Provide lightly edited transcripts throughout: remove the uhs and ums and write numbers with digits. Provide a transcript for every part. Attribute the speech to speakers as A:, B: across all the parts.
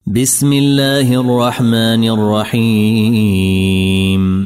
A: بسم الله الرحمن الرحيم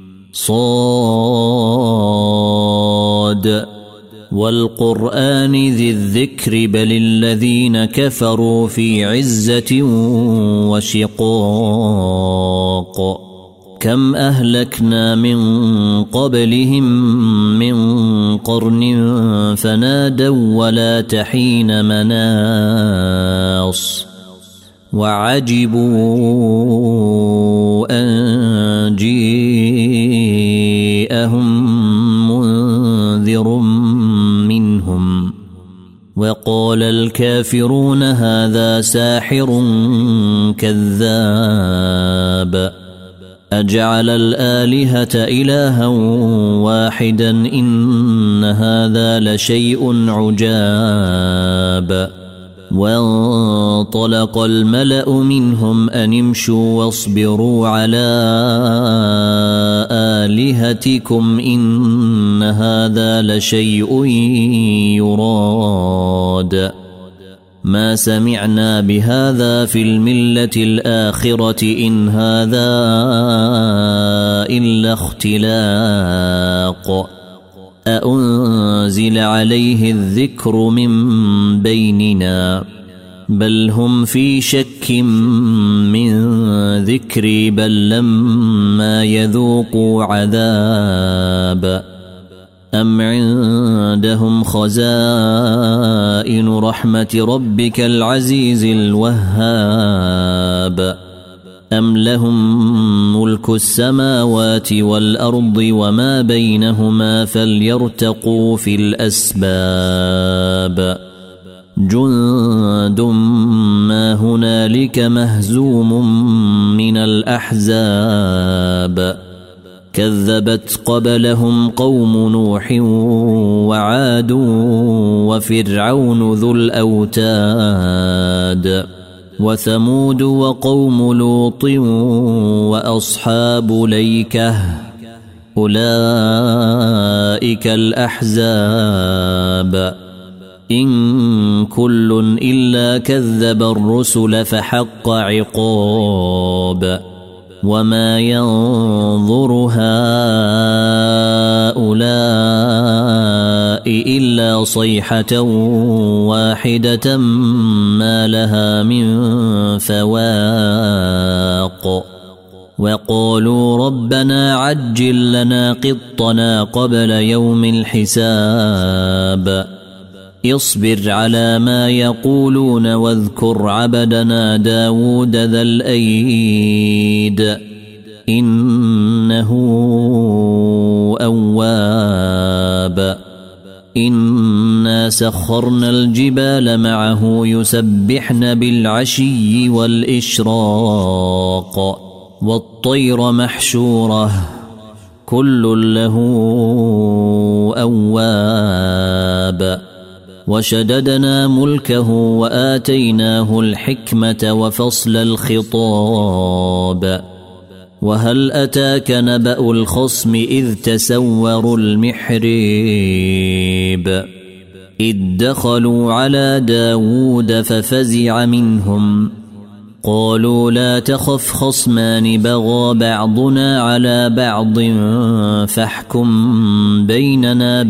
A: صاد والقرآن ذي الذكر بل الذين كفروا في عزة وشقاق كم أهلكنا من قبلهم من قرن فنادوا ولا تحين مناص وعجبوا أن جيءهم منذر منهم وقال الكافرون هذا ساحر كذاب أجعل الآلهة إلها واحدا إن هذا لشيء عجاب وانطلق الملأ منهم أن امشوا واصبروا على آلهتكم إن هذا لشيء يراد ما سمعنا بهذا في الملة الآخرة إن هذا إلا اختلاق أأنزل عليه الذكر من بيننا بل هم في شك من ذكري بل لما يذوقوا عذاب أم عندهم خزائن رحمة ربك العزيز الوهاب أم لهم ملك السماوات والأرض وما بينهما فليرتقوا في الأسباب جند ما هنالك مهزوم من الأحزاب كذبت قبلهم قوم نوح وعاد وفرعون ذو الأوتاد وثمود وقوم لوط وأصحاب ليكة أولئك الأحزاب إن كل إلا كذب الرسل فحق عقاب وما ينظر هؤلاء إلا صيحة واحدة ما لها من فواق وقالوا ربنا عجل لنا قطنا قبل يوم الحساب اصبر على ما يقولون واذكر عبدنا داود ذا الأيد إنه أواب إنا سخرنا الجبال معه يسبحن بالعشي والإشراق والطير محشورة كل له أواب وشددنا ملكه وآتيناه الحكمة وفصل الخطاب وهل أتاك نبأ الخصم إذ تسوروا المحريب إذ دخلوا على داود ففزع منهم قالوا لا تخف خصمان بغى بعضنا على بعض فاحكم بيننا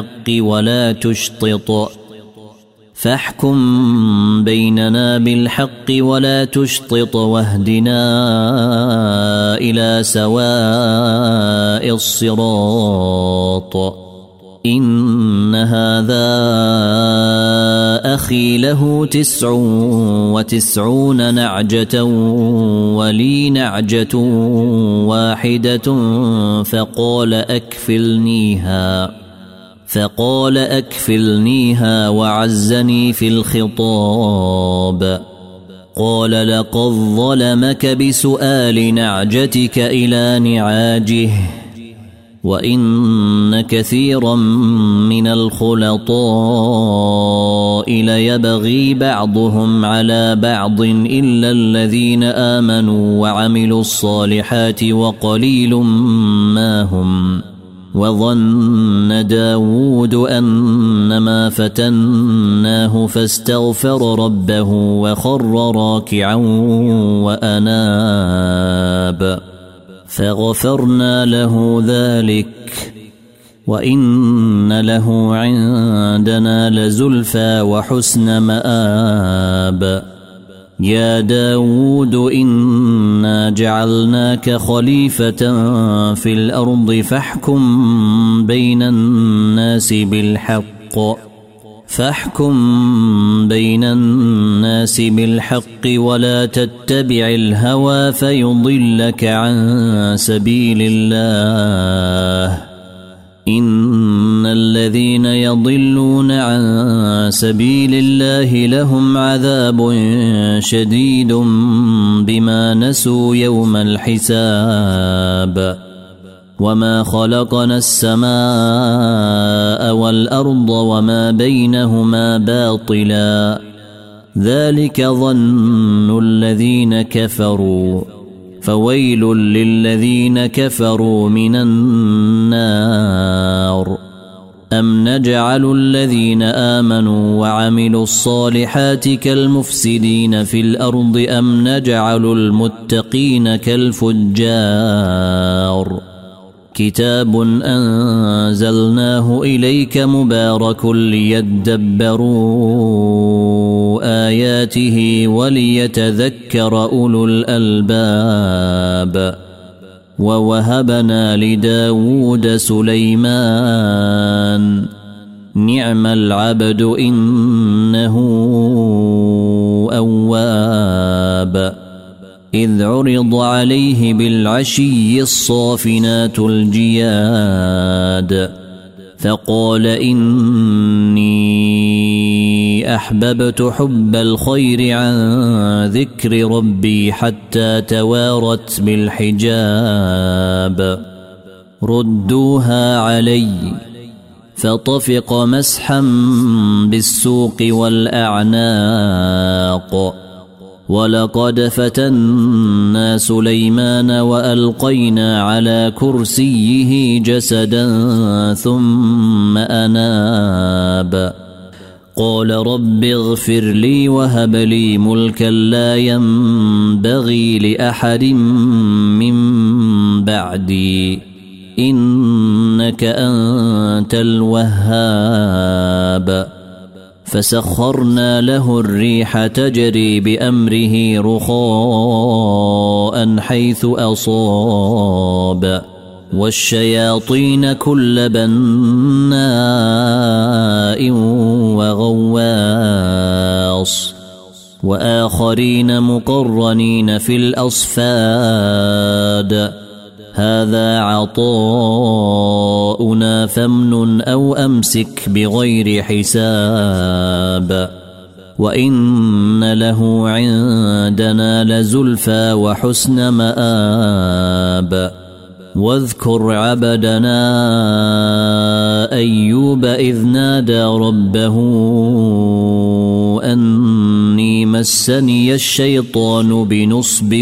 A: بالحق ولا تشطط واهدنا إلى سواء الصراط إن هذا أخي له 99 نعجة ولي نعجة واحدة فقال أكفلنيها وعزني في الخطاب قال لقد ظلمك بسؤال نعجتك إلى نعاجه وإن كثيرا من الخلطاء ليبغي بعضهم على بعض إلا الذين آمنوا وعملوا الصالحات وقليل ما هم وظن داود أنما فتناه فاستغفر ربه وخر راكعا وأناب فغفرنا له ذلك وإن له عندنا لزلفى وحسن مآب يا داود إنا جعلناك خليفة في الأرض فاحكم بين الناس بالحق ولا تتبع الهوى فيضلك عن سبيل الله إن الذين يضلون عن سبيل الله لهم عذاب شديد بما نسوا يوم الحساب وما خلقنا السماء والأرض وما بينهما باطلا ذلك ظن الذين كفروا فويل للذين كفروا من النار أم نجعل الذين آمنوا وعملوا الصالحات كالمفسدين في الأرض أم نجعل المتقين كالفجار كتاب أنزلناه إليك مبارك ليدبروا آياته وليتذكر أولو الألباب ووهبنا لداود سليمان نعم العبد إنه أواب إذ عرض عليه بالعشي الصافنات الجياد فقال إني أحببت حب الخير عن ذكر ربي حتى توارت بالحجاب ردوها علي فطفق مسحا بالسوق والأعناق ولقد فتنا سليمان وألقينا على كرسيه جسدا ثم أناب قال رب اغفر لي وهب لي ملكا لا ينبغي لأحد من بعدي إنك أنت الوهاب فسخرنا له الريح تجري بأمره رخاء حيث أصاب والشياطين كل بناء وغواص وآخرين مقرنين في الأصفاد هذا عطاؤنا فامنن أو أمسك بغير حساب وإن له عندنا لزلفى وحسن مآب واذكر عبدنا أيوب إذ نادى ربه أني مسني الشيطان بنصب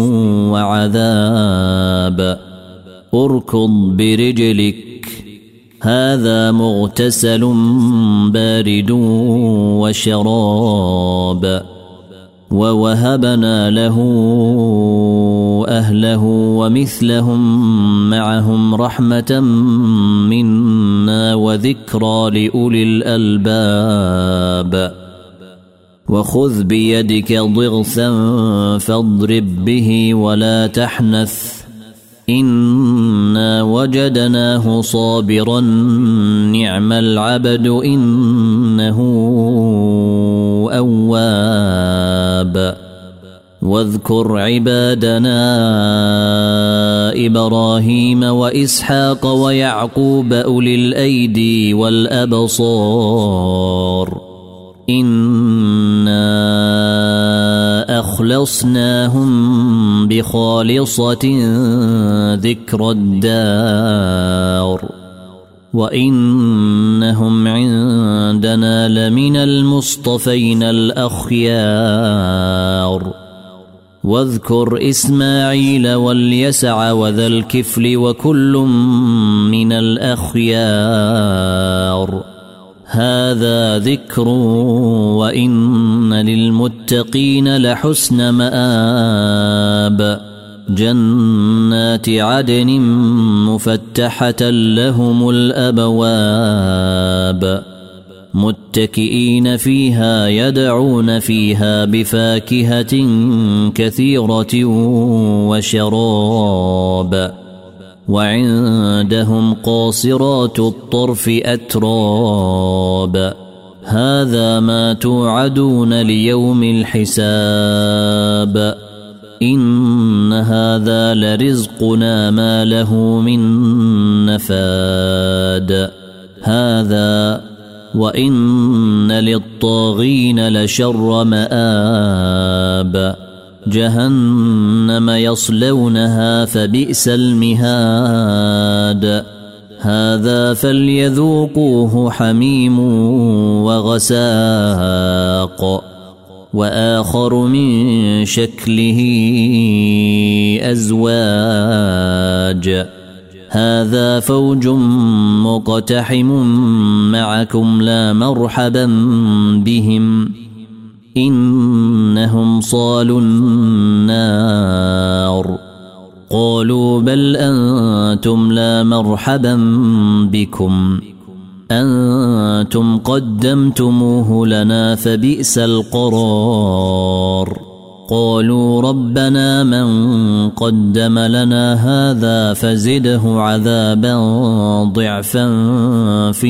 A: وعذاب اركض برجلك هذا مغتسل بارد وشراب ووهبنا له أهله ومثلهم معهم رحمة منا وذكرى لأولي الألباب وخذ بيدك ضغثا فاضرب به ولا تحنث إنا وجدناه صابرا نعم العبد إنه أواب واذكر عبادنا إبراهيم وإسحاق ويعقوب أولي الأيدي والأبصار إنا أخلصناهم بخالصة ذكر الدار وإنهم عندنا لمن المصطفين الأخيار واذكر إسماعيل واليسع وذا الكفل وكل من الأخيار هذا ذكر وإن للمتقين لحسن مآب جنات عدن مفتحة لهم الأبواب متكئين فيها يدعون فيها بفاكهة كثيرة وشراب وعندهم قاصرات الطرف أتراب هذا ما توعدون ليوم الحساب إن هذا لرزقنا ما له من نفاد هذا وإن للطاغين لشر مآب جهنم يصلونها فبئس المهاد هذا فليذوقوه حميم وغساق وآخر من شكله أزواج هذا فوج مقتحم معكم لا مرحبا بهم إنهم صالوا النار قالوا بل أنتم لا مرحبا بكم أنتم قدمتموه لنا فبئس القرار قالوا ربنا من قدم لنا هذا فزده عذابا ضعفا في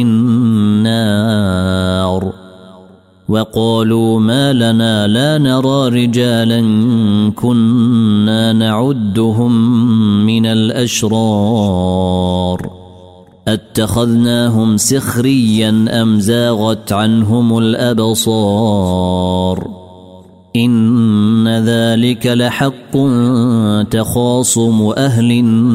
A: النار وقالوا ما لنا لا نرى رجالا كنا نعدهم من الأشرار اتخذناهم سخريا أم زاغت عنهم الأبصار إن ذلك لحق تخاصم أهل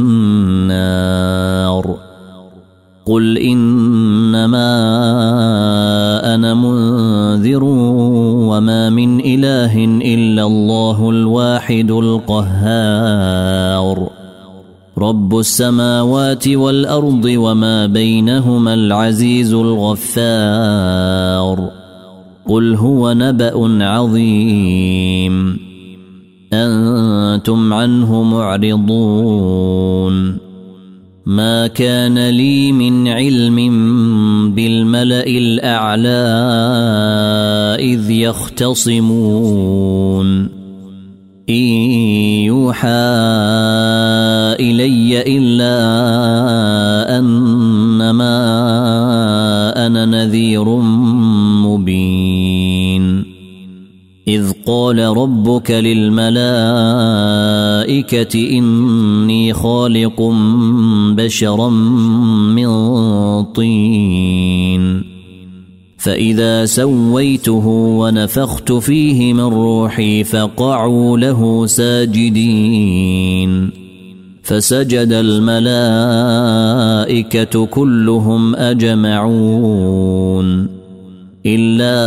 A: النار قل إنما أنا منذر وما من إله إلا الله الواحد القهار رب السماوات والأرض وما بينهما العزيز الغفار قل هو نبأ عظيم أنتم عنه معرضون ما كان لي من علم بالملأ الأعلى إذ يختصمون إن يوحى إلي إلا أنما أنا نذير مبين إذ قال ربك للملائكة إني خالق بشرا من طين فإذا سويته ونفخت فيه من روحي فقعوا له ساجدين فسجد الملائكة كلهم أجمعون إلا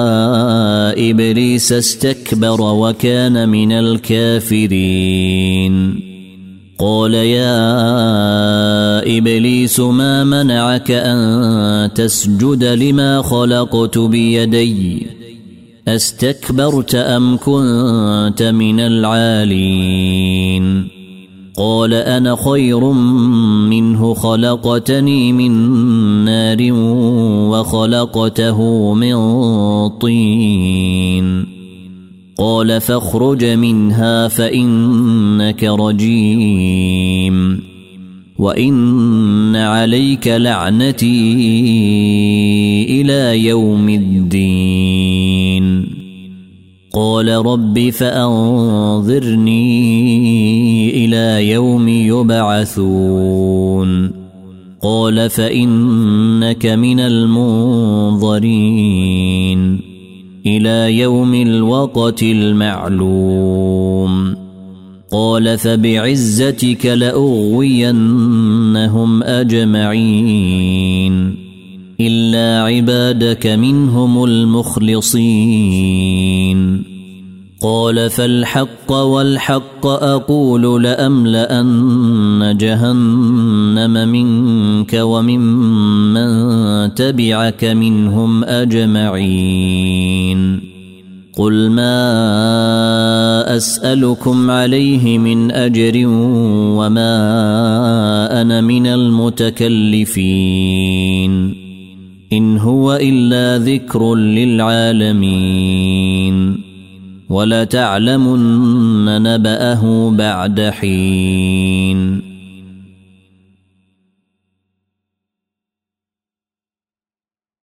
A: إبليس استكبر وكان من الكافرين قال يا إبليس ما منعك أن تسجد لما خلقت بيدي أستكبرت أم كنت من العالين قال أنا خير منه خلقتني من نار وخلقته من طين قال فاخرج منها فإنك رجيم وإن عليك لعنتي إلى يوم الدين قال رب فأنظرني إلى يوم يبعثون قال فإنك من المنظرين إلى يوم الوقت المعلوم قال فبعزتك لأغوينهم أجمعين إلا عبادك منهم المخلصين قال فالحق والحق أقول لأملأن جهنم منك وممن تبعك منهم أجمعين قل ما أسألكم عليه من أجر وما أنا من المتكلفين إن هو إلا ذكر للعالمين ولتعلمن نبأه بعد حين